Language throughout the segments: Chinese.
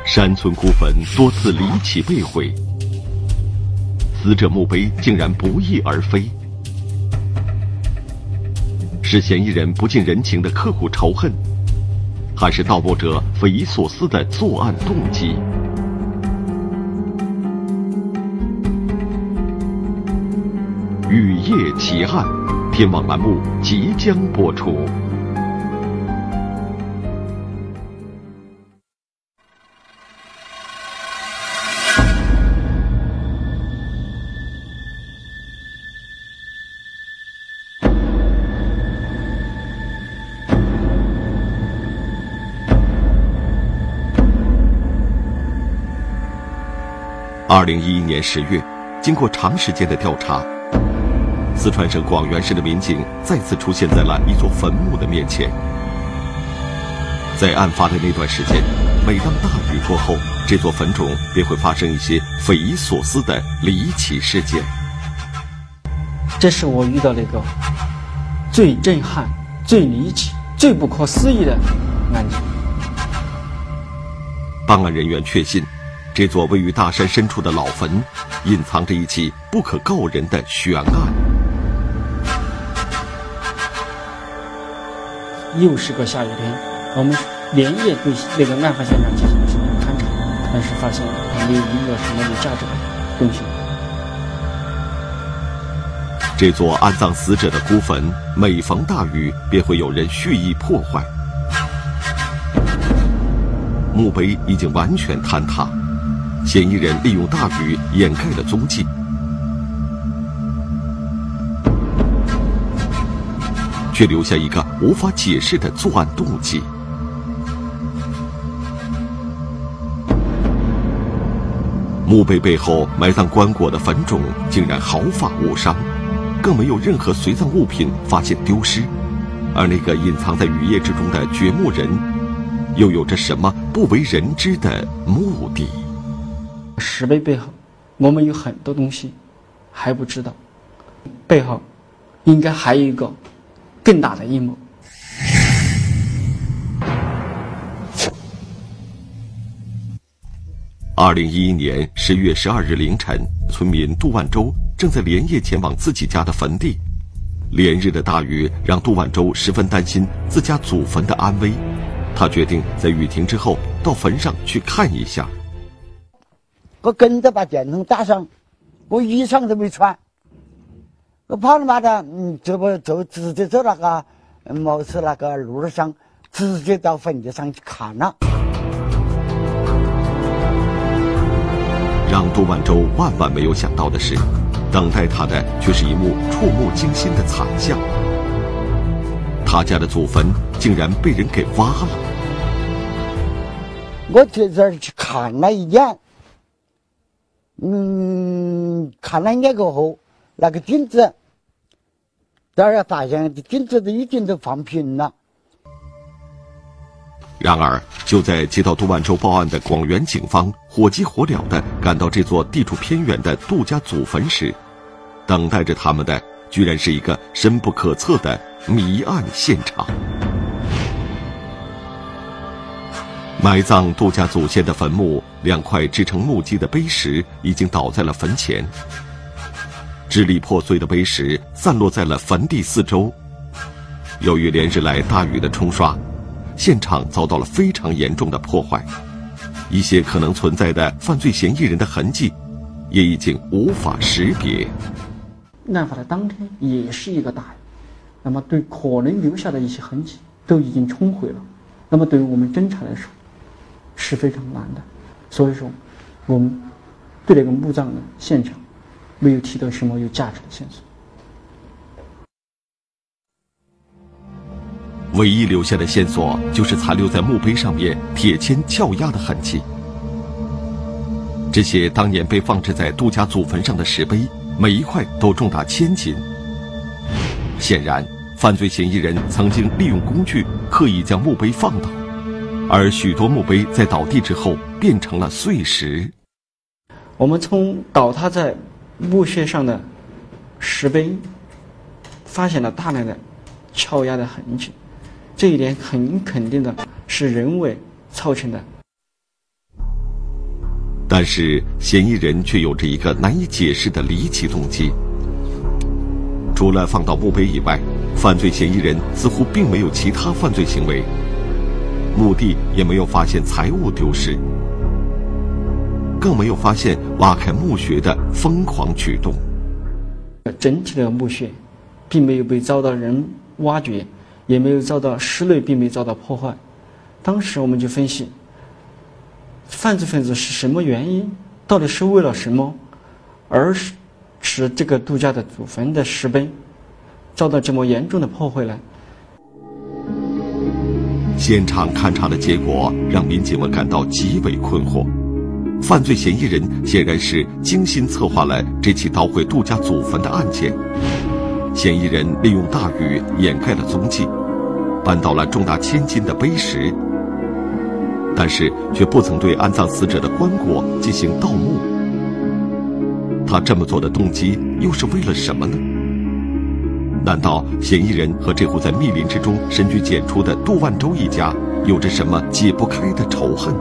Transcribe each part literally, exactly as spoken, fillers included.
山村孤坟多次离奇被毁，死者墓碑竟然不翼而飞，是嫌疑人不近人情的刻骨仇恨，还是盗墓者匪夷所思的作案动机？雨夜奇案，天网栏目即将播出。二零一一年十月，经过长时间的调查，四川省广元市的民警再次出现在了一座坟墓的面前。在案发的那段时间，每当大雨过后，这座坟中便会发生一些匪夷所思的离奇事件。 这是我遇到了一个最震撼、最离奇、最不可思议的案件。 办案人员确信，这座位于大山深处的老坟，隐藏着一起不可告人的悬案。 又是个下雨天，我们连夜对那个案发现场进行了现场勘查，但是发现没有一个什么有价值的东西。 这座安葬死者的孤坟，每逢大雨便会有人蓄意破坏，墓碑已经完全坍塌。嫌疑人利用大雨掩盖了踪迹，却留下一个无法解释的作案动机。墓碑背后埋葬棺椁的坟冢竟然毫发无伤，更没有任何随葬物品发现丢失，而那个隐藏在雨夜之中的掘墓人，又有着什么不为人知的目的？ 石碑背后，我们有很多东西还不知道，背后应该还有一个更大的阴谋。 二零一一年十月十二日凌晨，村民杜万洲正在连夜前往自己家的坟地。连日的大雨让杜万洲十分担心自家祖坟的安危，他决定在雨停之后到坟上去看一下。 我跟着把电筒打上，我衣裳都没穿，我跑了嘛的，嗯，这不就直接走那个茅厕那个路上，直接到坟地上去看了。 让杜万洲万万没有想到的是，等待他的却是一幕触目惊心的惨象。他家的祖坟竟然被人给挖了。 我在这儿去看了一眼。嗯，看了一眼过后，那个顶子，当然发现顶子都已经都放平了。 然而，就在接到杜万洲报案的广元警方火急火燎地赶到这座地处偏远的杜家祖坟时，等待着他们的居然是一个深不可测的谜案现场。埋葬杜家祖先的坟墓，两块制成木屐的碑石已经倒在了坟前，支离破碎的碑石散落在了坟地四周。由于连日来大雨的冲刷，现场遭到了非常严重的破坏，一些可能存在的犯罪嫌疑人的痕迹也已经无法识别。 案发的当天也是一个大雨，那么对可能留下的一些痕迹都已经冲毁了，那么对于我们侦查来说是非常难的，所以说我们对那个墓葬的现场没有提到什么有价值的线索。 唯一留下的线索就是残留在墓碑上面铁签撬压的痕迹。这些当年被放置在杜家祖坟上的石碑，每一块都重达千斤。显然，犯罪嫌疑人曾经利用工具刻意将墓碑放倒，而许多墓碑在倒地之后变成了碎石。 我们从倒塌在墓穴上的石碑发现了大量的撬压的痕迹，这一点很肯定的是人为造成的。 但是嫌疑人却有着一个难以解释的离奇动机。除了放倒墓碑以外，犯罪嫌疑人似乎并没有其他犯罪行为，墓地也没有发现财物丢失，更没有发现挖开墓穴的疯狂举动。 整体的墓穴并没有被遭到人挖掘，也没有遭到室内并没遭到破坏。当时我们就分析，犯罪分子是什么原因，到底是为了什么，而使使这个杜家的祖坟的石碑遭到这么严重的破坏呢？ 现场勘查的结果让民警们感到极为困惑。犯罪嫌疑人显然是精心策划了这起捣毁杜家祖坟的案件。嫌疑人利用大雨掩盖了踪迹，搬倒了重达千斤的碑石，但是却不曾对安葬死者的棺椁进行盗墓。他这么做的动机又是为了什么呢？难道嫌疑人和这户在密林之中深居简出的杜万洲一家有着什么解不开的仇恨？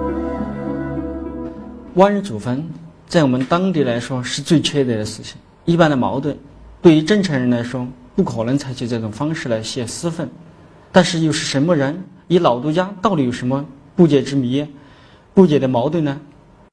挖人祖坟在我们当地来说是最缺德的事情，一般的矛盾对于正常人来说不可能采取这种方式来泄私愤，但是又是什么人与老杜家到底有什么不解之谜、不解的矛盾呢？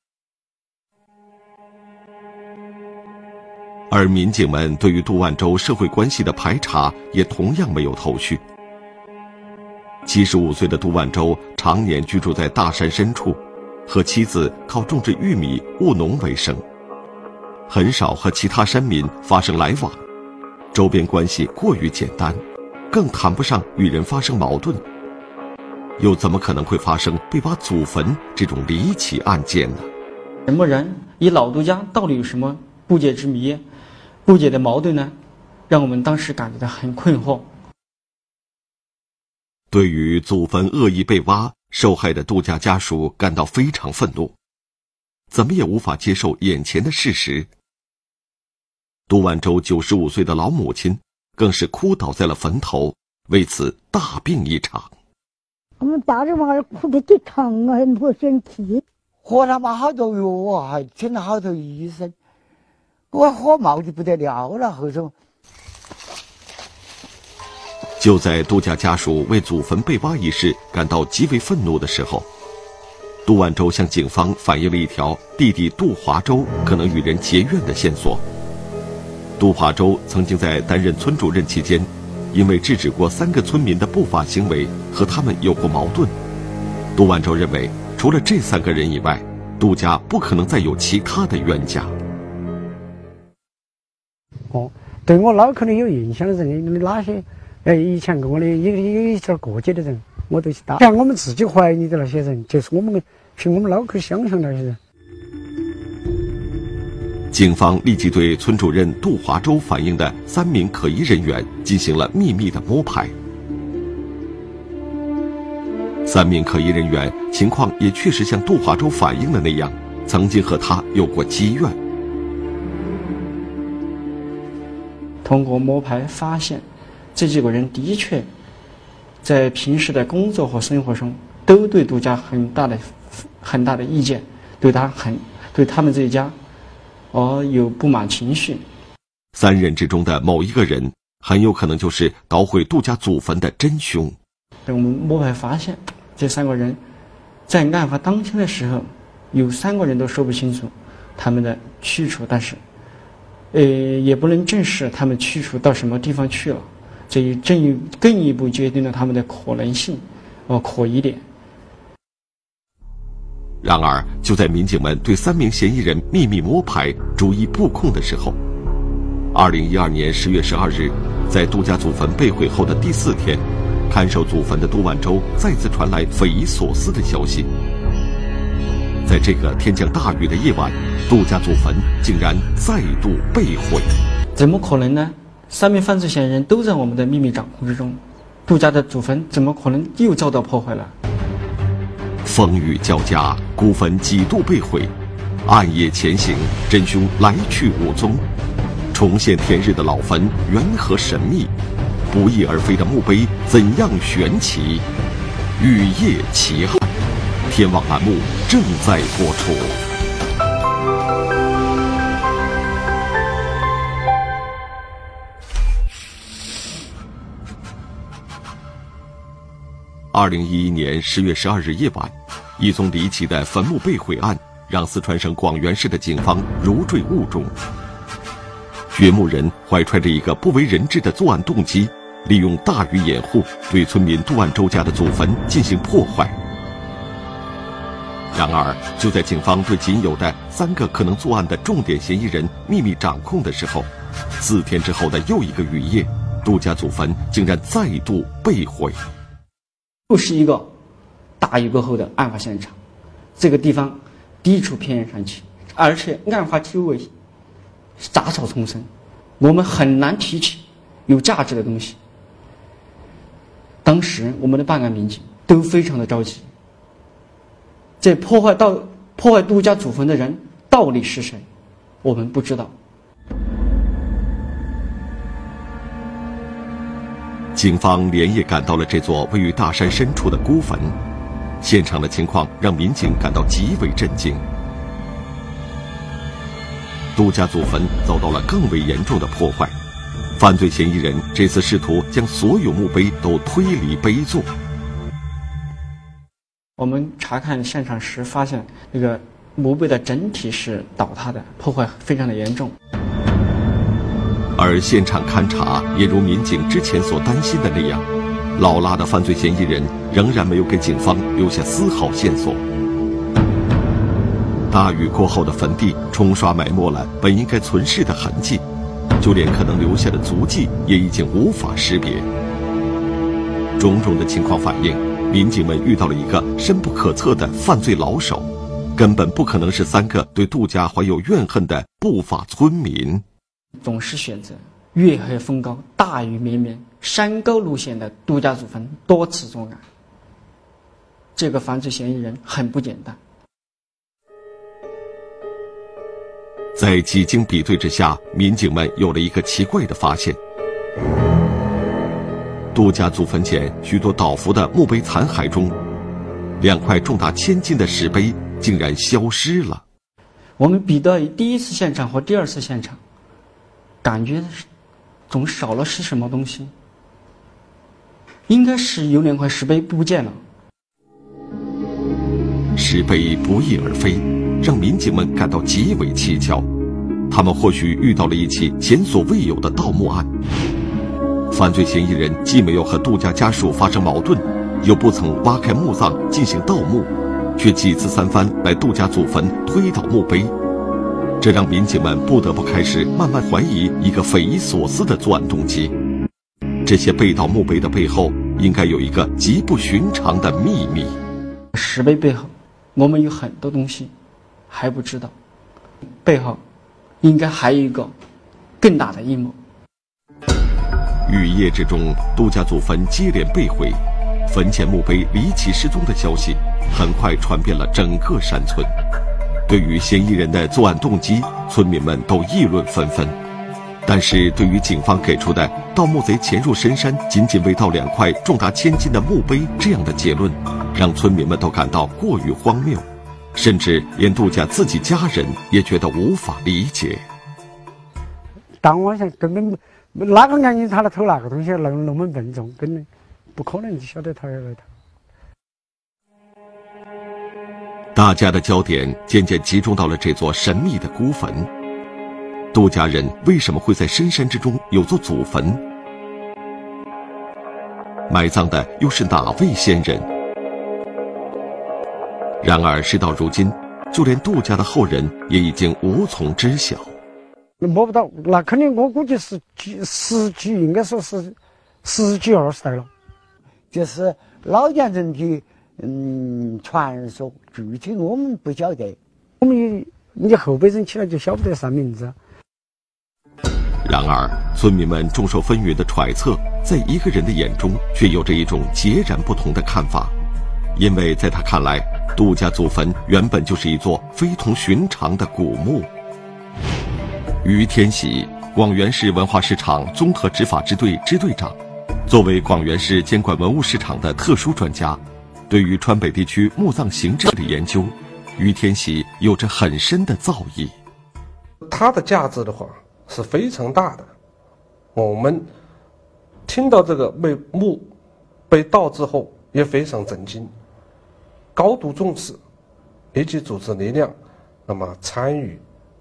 而民警们对于杜万洲社会关系的排查也同样没有头绪。七十五岁的杜万洲常年居住在大山深处，和妻子靠种植玉米务农为生，很少和其他山民发生来往，周边关系过于简单，更谈不上与人发生矛盾，又怎么可能会发生被挖祖坟这种离奇案件呢？ 什么人与老杜家到底有什么不解之谜、不解的矛盾呢？让我们当时感觉到很困惑。 对于祖坟恶意被挖，受害的杜家家属感到非常愤怒，怎么也无法接受眼前的事实。杜万洲九十五岁的老母亲更是哭倒在了坟头，为此大病一场。 我们家里娃儿哭得最疼啊，不生气。 喝他妈好多药啊，还请了好多医生，我喝冒的不得了了。后头就在杜家家属为祖坟被挖一事感到极为愤怒的时候，杜万洲向警方反映了一条弟弟杜华洲可能与人结怨的线索。杜华洲曾经在担任村主任期间，因为制止过三个村民的不法行为，和他们有过矛盾。杜万洲认为，除了这三个人以外，杜家不可能再有其他的冤家。 哦，对我脑壳里有印象的人，哪些？哎，以前跟我的有有一点过节的人，我都去打。像我们自己怀疑的那些人，就是我们凭我们脑壳想象那些人。 警方立即对村主任杜华洲反映的三名可疑人员进行了秘密的摸排。三名可疑人员情况也确实像杜华洲反映的那样，曾经和他有过积怨。 通过摸排发现，这几个人的确在平时的工作和生活中都对杜家很大的很大的意见，对他很对他们这一家而有不满情绪。 三人之中的某一个人很有可能就是捣毁杜家祖坟的真凶。 我们摸排发现，这三个人在案发当天的时候，有三个人都说不清楚他们的去处，但是呃也不能证实他们去处到什么地方去了，这也正一更一步决定了他们的可能性和可疑点。 然而，就在民警们对三名嫌疑人秘密摸排、逐一布控的时候，二零一二年十月十二日，在杜家祖坟被毁后的第四天，看守祖坟的杜万洲再次传来匪夷所思的消息。在这个天降大雨的夜晚，杜家祖坟竟然再度被毁。 怎么可能呢？三名犯罪嫌疑人都在我们的秘密掌控之中，杜家的祖坟怎么可能又遭到破坏了？ 风雨交加，古坟几度被毁，暗夜前行，真凶来去无踪。重现天日的老坟缘何神秘？不翼而飞的墓碑怎样玄奇？雨夜奇案，天网栏目正在播出。 二零一一年十月十二日夜晚，一宗离奇的坟墓被毁案让四川省广元市的警方如坠雾中。掘墓人怀揣着一个不为人知的作案动机，利用大雨掩护，对村民杜万周家的祖坟进行破坏。然而，就在警方对仅有的三个可能作案的重点嫌疑人秘密掌控的时候，四天之后的又一个雨夜，杜家祖坟竟然再度被毁。 又是一个大雨过后的案发现场，这个地方地处偏远山区，而且案发周围杂草丛生，我们很难提取有价值的东西。当时我们的办案民警都非常的着急，这破坏到破坏杜家祖坟的人到底是谁，我们不知道。 警方连夜赶到了这座位于大山深处的孤坟，现场的情况让民警感到极为震惊。杜家祖坟遭到了更为严重的破坏，犯罪嫌疑人这次试图将所有墓碑都推离碑座。 我们查看现场时发现，那个墓碑的整体是倒塌的，破坏非常的严重。 而现场勘查也如民警之前所担心的那样，老辣的犯罪嫌疑人仍然没有给警方留下丝毫线索。大雨过后的坟地冲刷埋没了本应该存世的痕迹，就连可能留下的足迹也已经无法识别。种种的情况反映，民警们遇到了一个深不可测的犯罪老手，根本不可能是三个对杜家怀有怨恨的不法村民。 总是选择月黑风高、大雨绵绵、山沟路线的杜家祖坟多次作案，这个犯罪嫌疑人很不简单。 在几经比对之下，民警们有了一个奇怪的发现：杜家祖坟前许多倒伏的墓碑残骸中，两块重达千斤的石碑竟然消失了。 我们比对第一次现场和第二次现场，感觉总少了是什么东西，应该是有两块石碑不见了。 石碑不翼而飞，让民警们感到极为蹊跷。他们或许遇到了一起前所未有的盗墓案。犯罪嫌疑人既没有和杜家家属发生矛盾，又不曾挖开墓葬进行盗墓，却几次三番来杜家祖坟推倒墓碑，这让民警们不得不开始慢慢怀疑一个匪夷所思的作案动机。这些被盗墓碑的背后，应该有一个极不寻常的秘密。 石碑背后，我们有很多东西还不知道，背后应该还有一个更大的阴谋。 雨夜之中，杜家祖坟接连被毁，坟前墓碑离奇失踪的消息很快传遍了整个山村。对于嫌疑人的作案动机，村民们都议论纷纷。但是对于警方给出的盗墓贼潜入深山仅仅为盗两块重达千斤的墓碑这样的结论，让村民们都感到过于荒谬，甚至连杜家自己家人也觉得无法理解。 当晚上根本哪个眼睛他来偷哪个东西，那那么笨重，根本不可能就晓得他要来偷。 大家的焦点渐渐集中到了这座神秘的孤坟。杜家人为什么会在深山之中有座祖坟？埋葬的又是哪位先人？然而事到如今，就连杜家的后人也已经无从知晓。 摸不到，那肯定我估计是十几，应该说是十几二十代了。 就是老年人的嗯传说，具体我们不晓得。 我们你后辈人起来就晓不得啥名字。 然而，村民们众说纷纭的揣测，在一个人的眼中却有着一种截然不同的看法。因为在他看来，杜家祖坟原本就是一座非同寻常的古墓。于天喜，广元市文化市场综合执法支队支队长，作为广元市监管文物市场的特殊专家，对于川北地区墓葬形制的研究，于天喜有着很深的造诣。 它的价值的话是非常大的。我们听到这个被墓被盗之后， 也非常震惊，高度重视，立即组织力量，那么参与。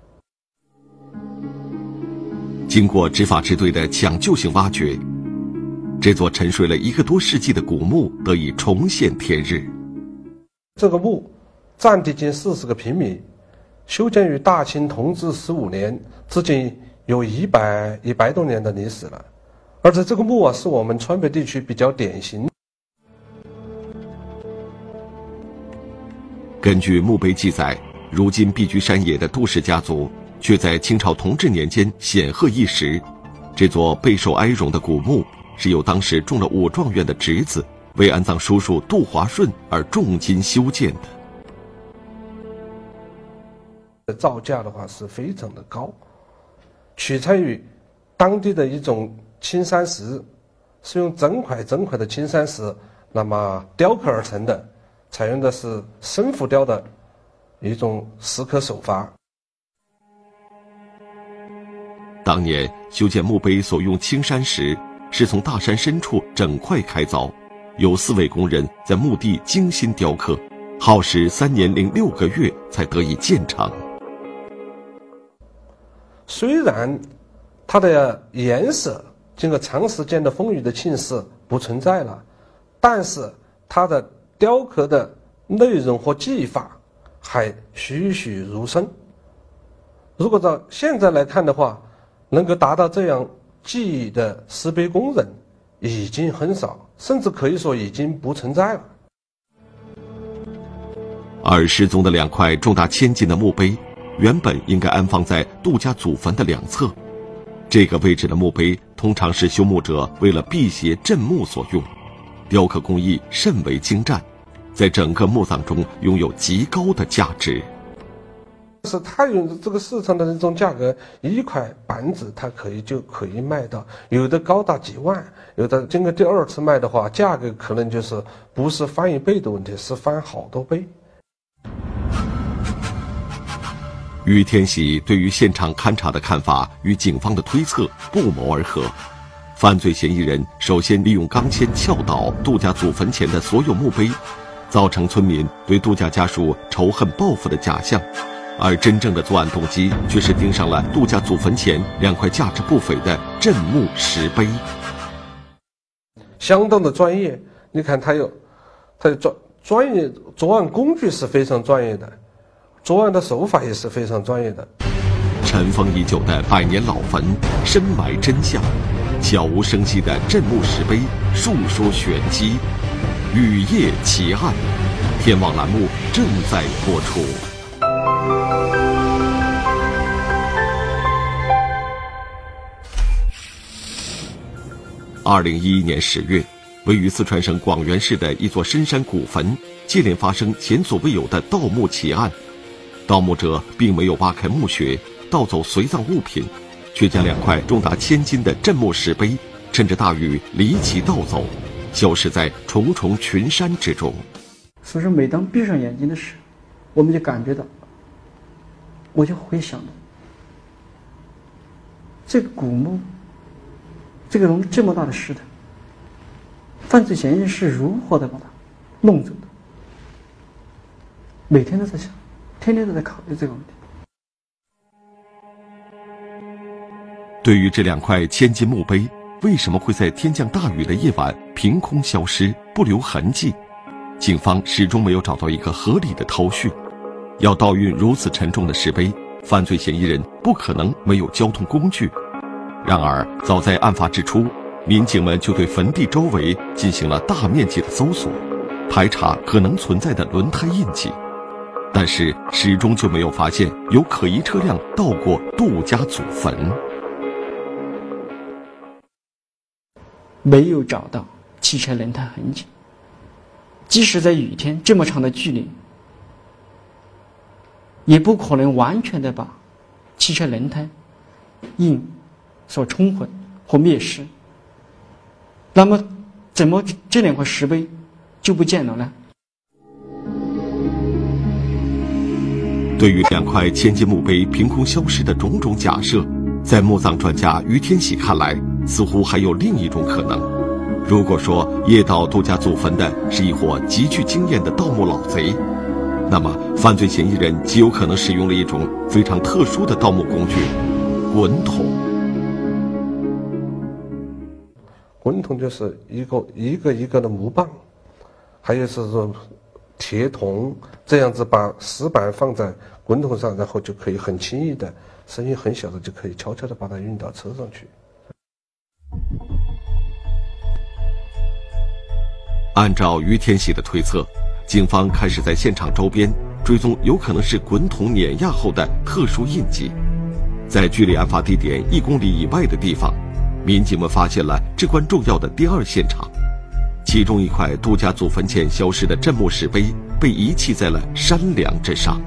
经过执法支队的抢救性挖掘，这座沉睡了一个多世纪的古墓得以重现天日。 这个墓占地近四十个平米，修建于大清同治十五年，至今有一百一百多年的历史了。而且这个墓啊，是我们川北地区比较典型。 根据墓碑记载，如今避居山野的杜氏家族，却在清朝同治年间显赫一时。这座备受哀荣的古墓，是由当时中了武状元的侄子为安葬叔叔杜华顺而重金修建的。 造价的话是非常的高，取材于当地的一种青山石，是用整块整块的青山石那么雕刻而成的，采用的是生浮雕的一种石刻手法。 当年修建墓碑所用青山石，是从大山深处整块开凿，有四位工人在墓地精心雕刻，耗时三年零六个月才得以建成。 虽然它的颜色经过长时间的风雨的侵蚀不存在了，但是它的雕刻的内容和技法还栩栩如生。如果到现在来看的话，能够达到这样技艺的石碑工人已经很少，甚至可以说已经不存在了。 而失踪的两块重达千斤的墓碑，原本应该安放在杜家祖坟的两侧。这个位置的墓碑通常是修墓者为了辟邪镇墓所用，雕刻工艺甚为精湛，在整个墓葬中拥有极高的价值。 是它有这个市场的那种价格，一块板子它可以就可以卖到，有的高达几万，有的经过第二次卖的话，价格可能就是不是翻一倍的问题，是翻好多倍。 于天喜对于现场勘查的看法与警方的推测不谋而合。犯罪嫌疑人首先利用钢钎撬倒杜家祖坟前的所有墓碑，造成村民对杜家家属仇恨报复的假象，而真正的作案动机却是盯上了杜家祖坟前两块价值不菲的镇墓石碑。 相当的专业，你看他有他有专专业作案工具是非常专业的，作案的手法也是非常专业的。 尘封已久的百年老坟，深埋真相；悄无声息的镇墓石碑，述说玄机。雨夜奇案，天网栏目正在播出。二零一一年十月，位于四川省广元市的一座深山古坟，接连发生前所未有的盗墓奇案。盗墓者并没有挖开墓穴，盗走随葬物品，却将两块重达千斤的镇墓石碑，趁着大雨离奇盗走，消失在重重群山之中。 所以说，每当闭上眼睛的时候，我们就感觉到，我就会想到，这个古墓，这个这么大的石头，犯罪嫌疑人是如何的把它弄走的？每天都在想，天天都在考虑这个问题。 对于这两块千金墓碑，为什么会在天降大雨的夜晚凭空消失，不留痕迹？警方始终没有找到一个合理的头绪。要盗运如此沉重的石碑，犯罪嫌疑人不可能没有交通工具。然而，早在案发之初，民警们就对坟地周围进行了大面积的搜索，排查可能存在的轮胎印记，但是始终就没有发现有可疑车辆到过杜家祖坟。 没有找到汽车轮胎痕迹，即使在雨天这么长的距离，也不可能完全的把汽车轮胎印所冲毁或灭失。那么怎么这两块石碑就不见了呢？ 对于两块千金墓碑凭空消失的种种假设，在墓葬专家于天喜看来，似乎还有另一种可能。 如果说夜盗杜家祖坟的是一伙极具经验的盗墓老贼，那么犯罪嫌疑人极有可能使用了一种非常特殊的盗墓工具——滚筒。 滚筒就是一个一个一个的木棒，还有是说铁桶，这样子把石板放在滚筒上，然后就可以很轻易的，声音很小的就可以悄悄的把它运到车上去。 按照于天喜的推测，警方开始在现场周边追踪有可能是滚筒碾压后的特殊印记。在距离案发地点一公里以外的地方，民警们发现了至关重要的第二现场，其中一块杜家祖坟前消失的镇墓石碑被遗弃在了山梁之上。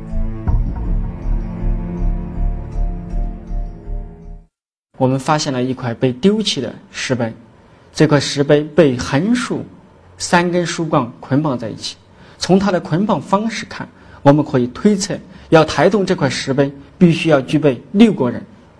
我们发现了一块被丢弃的石碑，这块石碑被横竖三根树冠捆绑在一起。从它的捆绑方式看，我们可以推测，要抬动这块石碑，必须要具备六个人。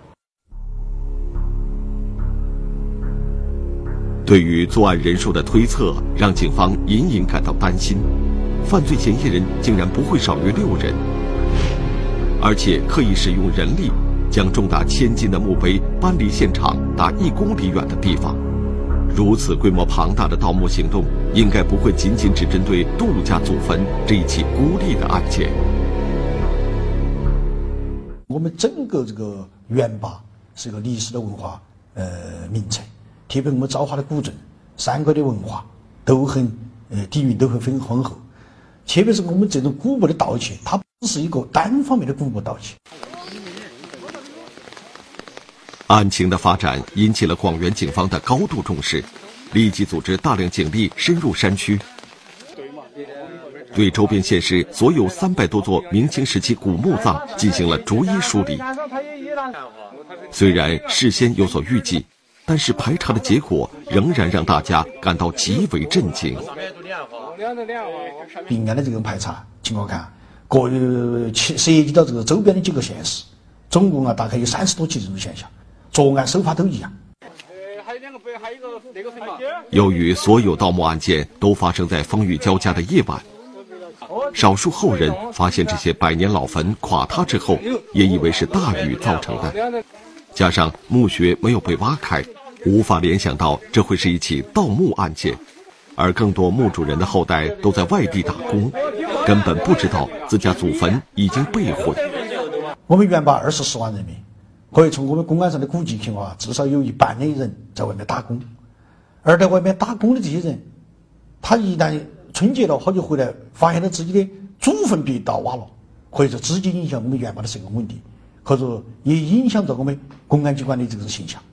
对于作案人数的推测，让警方隐隐感到担心，犯罪嫌疑人竟然不会少于六人，而且刻意使用人力将重达千斤的墓碑搬离现场达一公里远的地方。如此规模庞大的盗墓行动，应该不会仅仅只针对杜家祖坟这一起孤立的案件。 我们整个这个元坝是一个历史的文化呃名城，特别我们昭化的古镇、山关的文化都很呃底蕴都很很浑厚，特别是我们这种古墓的盗窃，它不是一个单方面的古墓盗窃。 案情的发展引起了广元警方的高度重视，立即组织大量警力深入山区，对周边县市所有三百多座明清时期古墓葬进行了逐一梳理。虽然事先有所预计，但是排查的结果仍然让大家感到极为震惊。 并案的这个排查情况看，各涉及到这个周边的几个县市，总共啊大概有三十多起这种现象。作案手法都一样。 由于所有盗墓案件都发生在风雨交加的夜晚，少数后人发现这些百年老坟垮塌之后，也以为是大雨造成的。加上墓穴没有被挖开，无法联想到这会是一起盗墓案件。而更多墓主人的后代都在外地打工，根本不知道自家祖坟已经被毁。 我们元坝二十四万人民，可以从我们公安上的估计情况啊，至少有一半的人在外面打工。而在外面打工的这些人，他一旦春节了，他就回来发现了自己的祖坟被盗挖了，可以说直接影响我们元坝的社会稳定，或者也影响到我们公安机关的这个形象。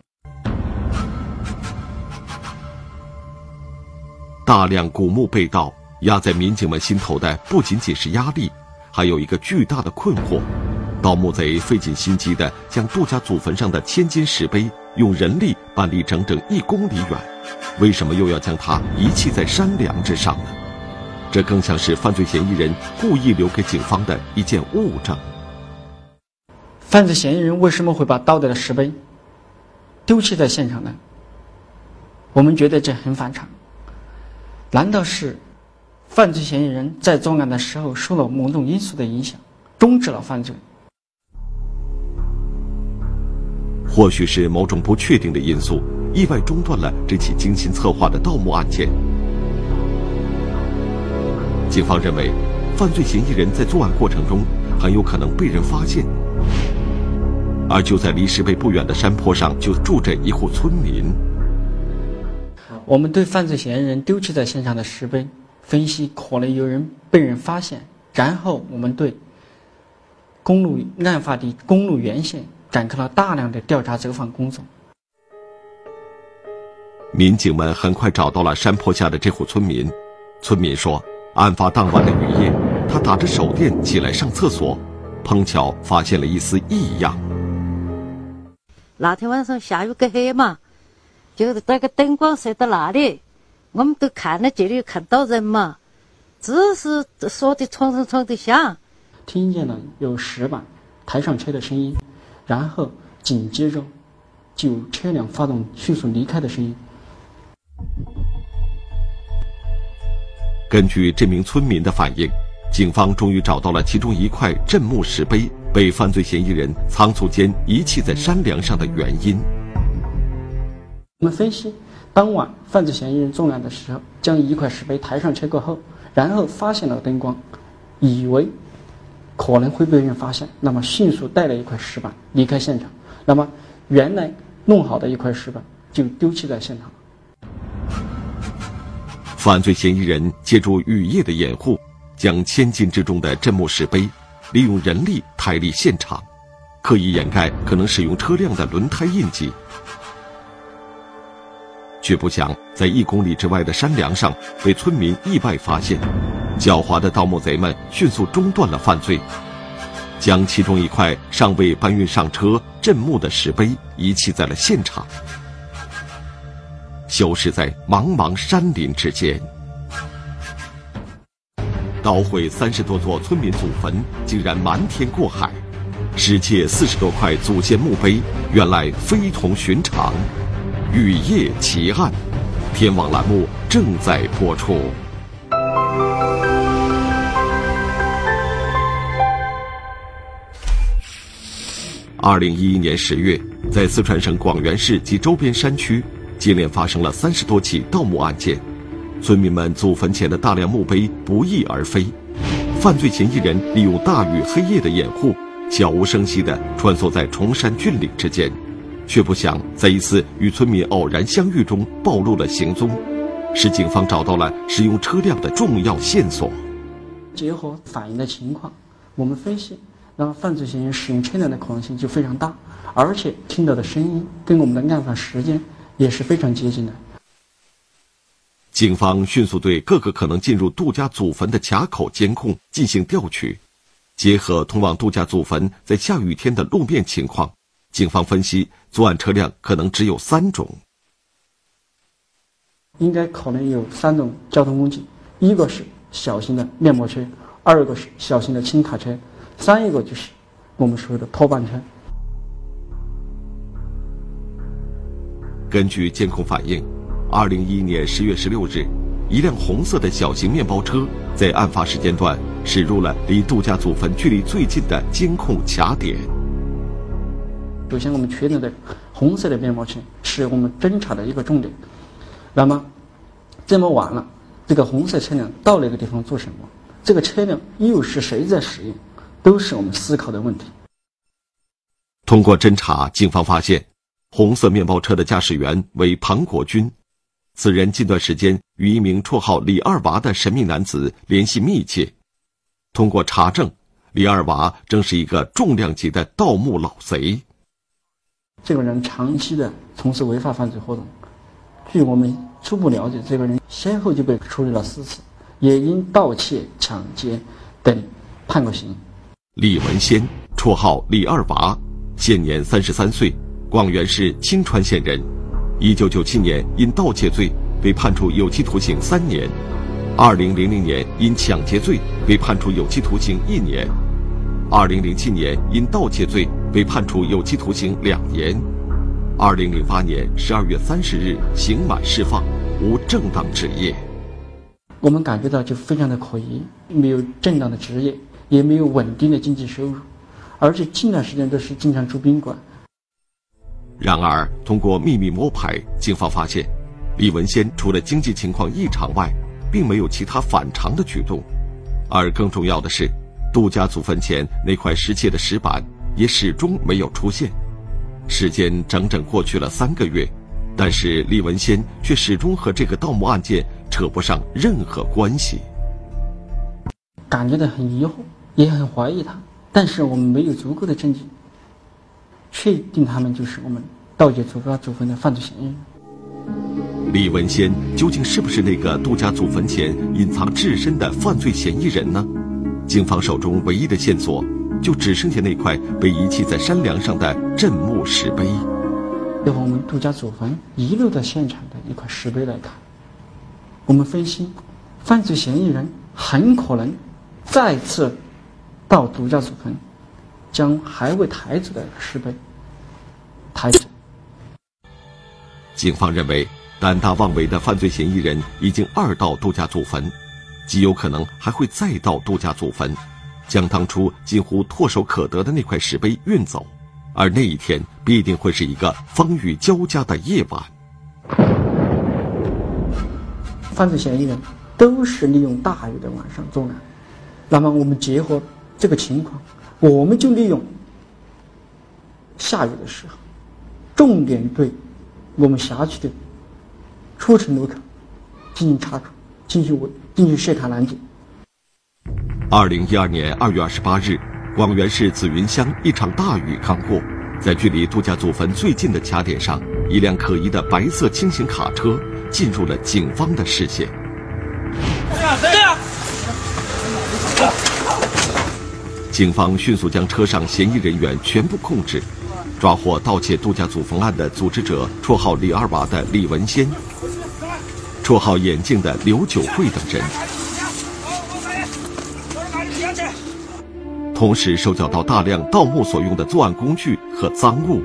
大量古墓被盗，压在民警们心头的不仅仅是压力，还有一个巨大的困惑：盗墓贼费尽心机地将杜家祖坟上的千斤石碑用人力搬离整整一公里远，为什么又要将它遗弃在山梁之上呢？这更像是犯罪嫌疑人故意留给警方的一件物证。 犯罪嫌疑人为什么会把盗的石碑丢弃在现场呢？我们觉得这很反常。难道是犯罪嫌疑人在作案的时候受了某种因素的影响，终止了犯罪？ 或许是某种不确定的因素，意外中断了这起精心策划的盗墓案件。警方认为，犯罪嫌疑人在作案过程中很有可能被人发现，而就在离石碑不远的山坡上就住着一户村民。 我们对犯罪嫌疑人丢弃在现场的石碑分析，可能有人被人发现，然后我们对公路案发地公路沿线展开了大量的调查走访工作。 民警们很快找到了山坡下的这户村民。村民说，案发当晚的雨夜，他打着手电起来上厕所，碰巧发现了一丝异样。 那天晚上下雨个黑嘛，就那个灯光射到那里，我们都看了这里看到人嘛，只是说的冲冲冲的响， 听见了有石板抬上车的声音，然后紧接着就车辆发动迅速离开的声音。 根据这名村民的反映，警方终于找到了其中一块镇墓石碑被犯罪嫌疑人仓促间遗弃在山梁上的原因。 我们分析，当晚犯罪嫌疑人作案的时候，将一块石碑抬上车过后，然后发现了灯光，以为可能会被人发现，那么迅速带了一块石板离开现场。那么原来弄好的一块石板就丢弃在现场。 犯罪嫌疑人借助雨夜的掩护，将千斤之重的镇墓石碑利用人力抬离现场，刻意掩盖可能使用车辆的轮胎印记。却不想在一公里之外的山梁上被村民意外发现，狡猾的盗墓贼们迅速中断了犯罪，将其中一块尚未搬运上车镇墓的石碑遗弃在了现场，消失在茫茫山林之间。捣毁三十多座村民祖坟，竟然瞒天过海，失窃四十多块祖先墓碑，原来非同寻常。雨夜奇案，天网栏目正在播出。二零一一年十月，在四川省广元市及周边山区，接连发生了三十多起盗墓案件，村民们祖坟前的大量墓碑不翼而飞，犯罪嫌疑人利用大雨黑夜的掩护，悄无声息地穿梭在崇山峻岭之间，却不想在一次与村民偶然相遇中暴露了行踪，使警方找到了使用车辆的重要线索。 结合反映的情况，我们分析，那么犯罪嫌疑人使用车辆的可能性就非常大，而且听到的声音跟我们的案发时间也是非常接近的。 警方迅速对各个可能进入杜家祖坟的卡口监控进行调取，结合通往杜家祖坟在下雨天的路面情况，警方分析作案车辆可能只有三种， 应该可能有三种交通工具，一个是小型的面包车，二个是小型的轻卡车，三一个就是我们说的拖板车。 根据监控反映，二零一一年十月十六日，一辆红色的小型面包车在案发时间段驶入了离杜家祖坟距离最近的监控卡点。 首先我们确认的红色的面包车是我们侦查的一个重点。那么这么晚了，这个红色车辆到那个地方做什么？这个车辆又是谁在使用？都是我们思考的问题。 通过侦查，警方发现红色面包车的驾驶员为庞国军，此人近段时间与一名绰号李二娃的神秘男子联系密切。通过查证，李二娃正是一个重量级的盗墓老贼。 这个人长期的从事违法犯罪活动，据我们初步了解，这个人先后就被处理了四次，也因盗窃、抢劫等判过刑。 李文先，绰号李二娃，现年三十三岁，广元市钦川县人。一九九七年因盗窃罪被判处有期徒刑三年，二零零零年因抢劫罪被判处有期徒刑一年，二零零七年因盗窃罪被判处有期徒刑两年，二零零八年十二月三十日刑满释放，无正当职业。 我们感觉到就非常的可疑，没有正当的职业，也没有稳定的经济收入，而且近段时间都是经常住宾馆。 然而，通过秘密摸排，警方发现，李文先除了经济情况异常外，并没有其他反常的举动。而更重要的是，杜家祖坟前那块失窃的石板也始终没有出现。时间整整过去了三个月，但是李文先却始终和这个盗墓案件扯不上任何关系。 感觉到很疑惑，也很怀疑他，但是我们没有足够的证据确定他们就是我们盗窃杜家祖坟的犯罪嫌疑人。 李文先究竟是不是那个杜家祖坟前隐藏至深的犯罪嫌疑人呢？警方手中唯一的线索就只剩下那块被遗弃在山梁上的镇墓石碑。 由我们杜家祖坟遗留在现场的一块石碑来看，我们分析，犯罪嫌疑人很可能再次到杜家祖坟，将还未抬走的石碑抬走。 警方认为，胆大妄为的犯罪嫌疑人已经二到杜家祖坟，极有可能还会再到杜家祖坟，将当初近乎唾手可得的那块石碑运走，而那一天必定会是一个风雨交加的夜晚。 犯罪嫌疑人都是利用大雨的晚上作案，那么我们结合这个情况，我们就利用下雨的时候，重点对我们辖区的出城路口进行查处，进行进行设卡拦截。 二零一二年二月二十八日，广元市紫云乡一场大雨刚过，在距离杜家祖坟最近的卡点上，一辆可疑的白色轻型卡车进入了警方的视线。警方迅速将车上嫌疑人员全部控制，抓获盗窃杜家祖坟案的组织者，绰号李二娃的李文先，绰号眼镜的刘九慧等人。同时收缴到大量盗墓所用的作案工具和赃物。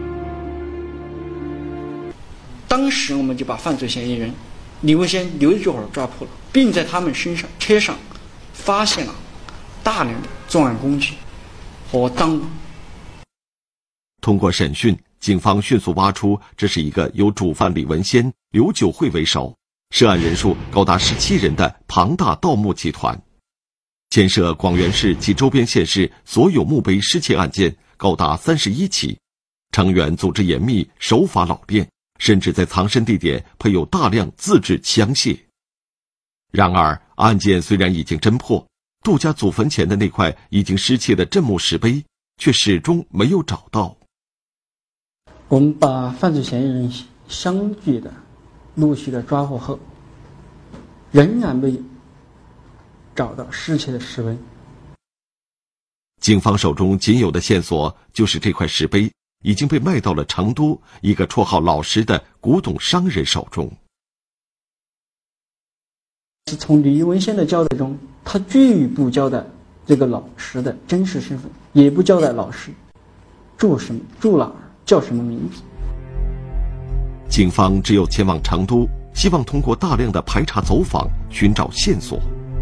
当时我们就把犯罪嫌疑人李文先、刘九慧抓捕了，并在他们身上车上发现了大量的作案工具和赃物。 通过审讯，警方迅速挖出这是一个由主犯李文先、刘九慧为首，涉案人数高达十七人的庞大盗墓集团，牵涉广元市及周边县市所有墓碑失窃案件高达三十一起，成员组织严密，手法老练，甚至在藏身地点配有大量自制枪械。然而，案件虽然已经侦破，杜家祖坟前的那块已经失窃的镇墓石碑却始终没有找到。 我们把犯罪嫌疑人相继的陆续的抓获后，仍然没有找到失窃的石碑。 警方手中仅有的线索就是这块石碑已经被卖到了成都一个绰号老石的古董商人手中。 是从李文先的交代中，他拒不交代这个老石的真实身份，也不交代老石住什么、住哪儿、叫什么名字。 警方只有前往成都，希望通过大量的排查走访寻找线索。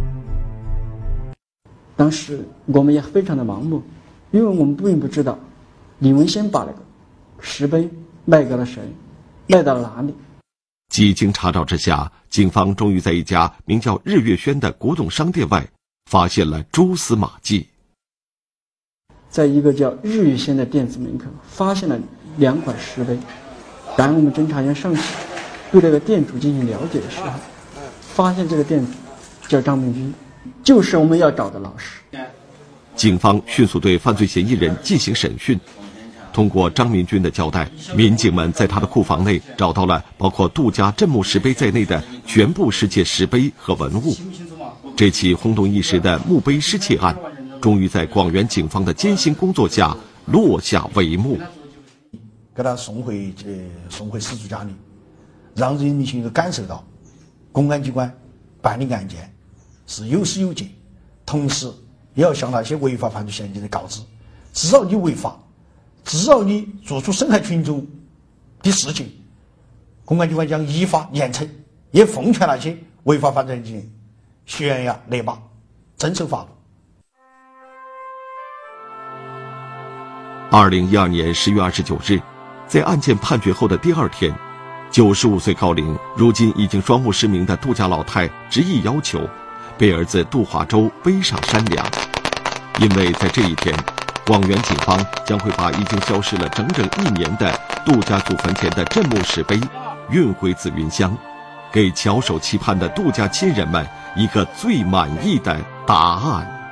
当时我们也非常的盲目，因为我们并不知道李文先把那个石碑卖给了谁，卖到了哪里。 几经查找之下，警方终于在一家名叫日月轩的古董商店外发现了蛛丝马迹。 在一个叫日月轩的店子门口发现了两块石碑，当我们侦查员上去对这个店主进行了解的时候，发现这个店主叫张明军，就是我们要找的老师。 警方迅速对犯罪嫌疑人进行审讯。通过张民军的交代，民警们在他的库房内找到了包括杜家镇墓石碑在内的全部失窃石碑和文物。这起轰动一时的墓碑失窃案，终于在广元警方的艰辛工作下落下帷幕。 给他送回呃送回失主家里，让人民群众感受到公安机关办理案件是有始有节，同时也要向那些违法犯罪嫌疑人告知，只要你违法，只要你做出损害群众的事情，公安机关将依法严惩，也奉劝那些违法犯罪嫌疑人悬崖勒马，遵守法律。 二零一二年十月二十九日，在案件判决后的第二天，九十五岁高龄、如今已经双目失明的杜家老太执意要求被儿子杜华洲背上山梁，因为在这一天，广元警方将会把已经消失了整整一年的杜家祖坟前的镇墓石碑运回紫云乡，给翘首期盼的杜家亲人们一个最满意的答案。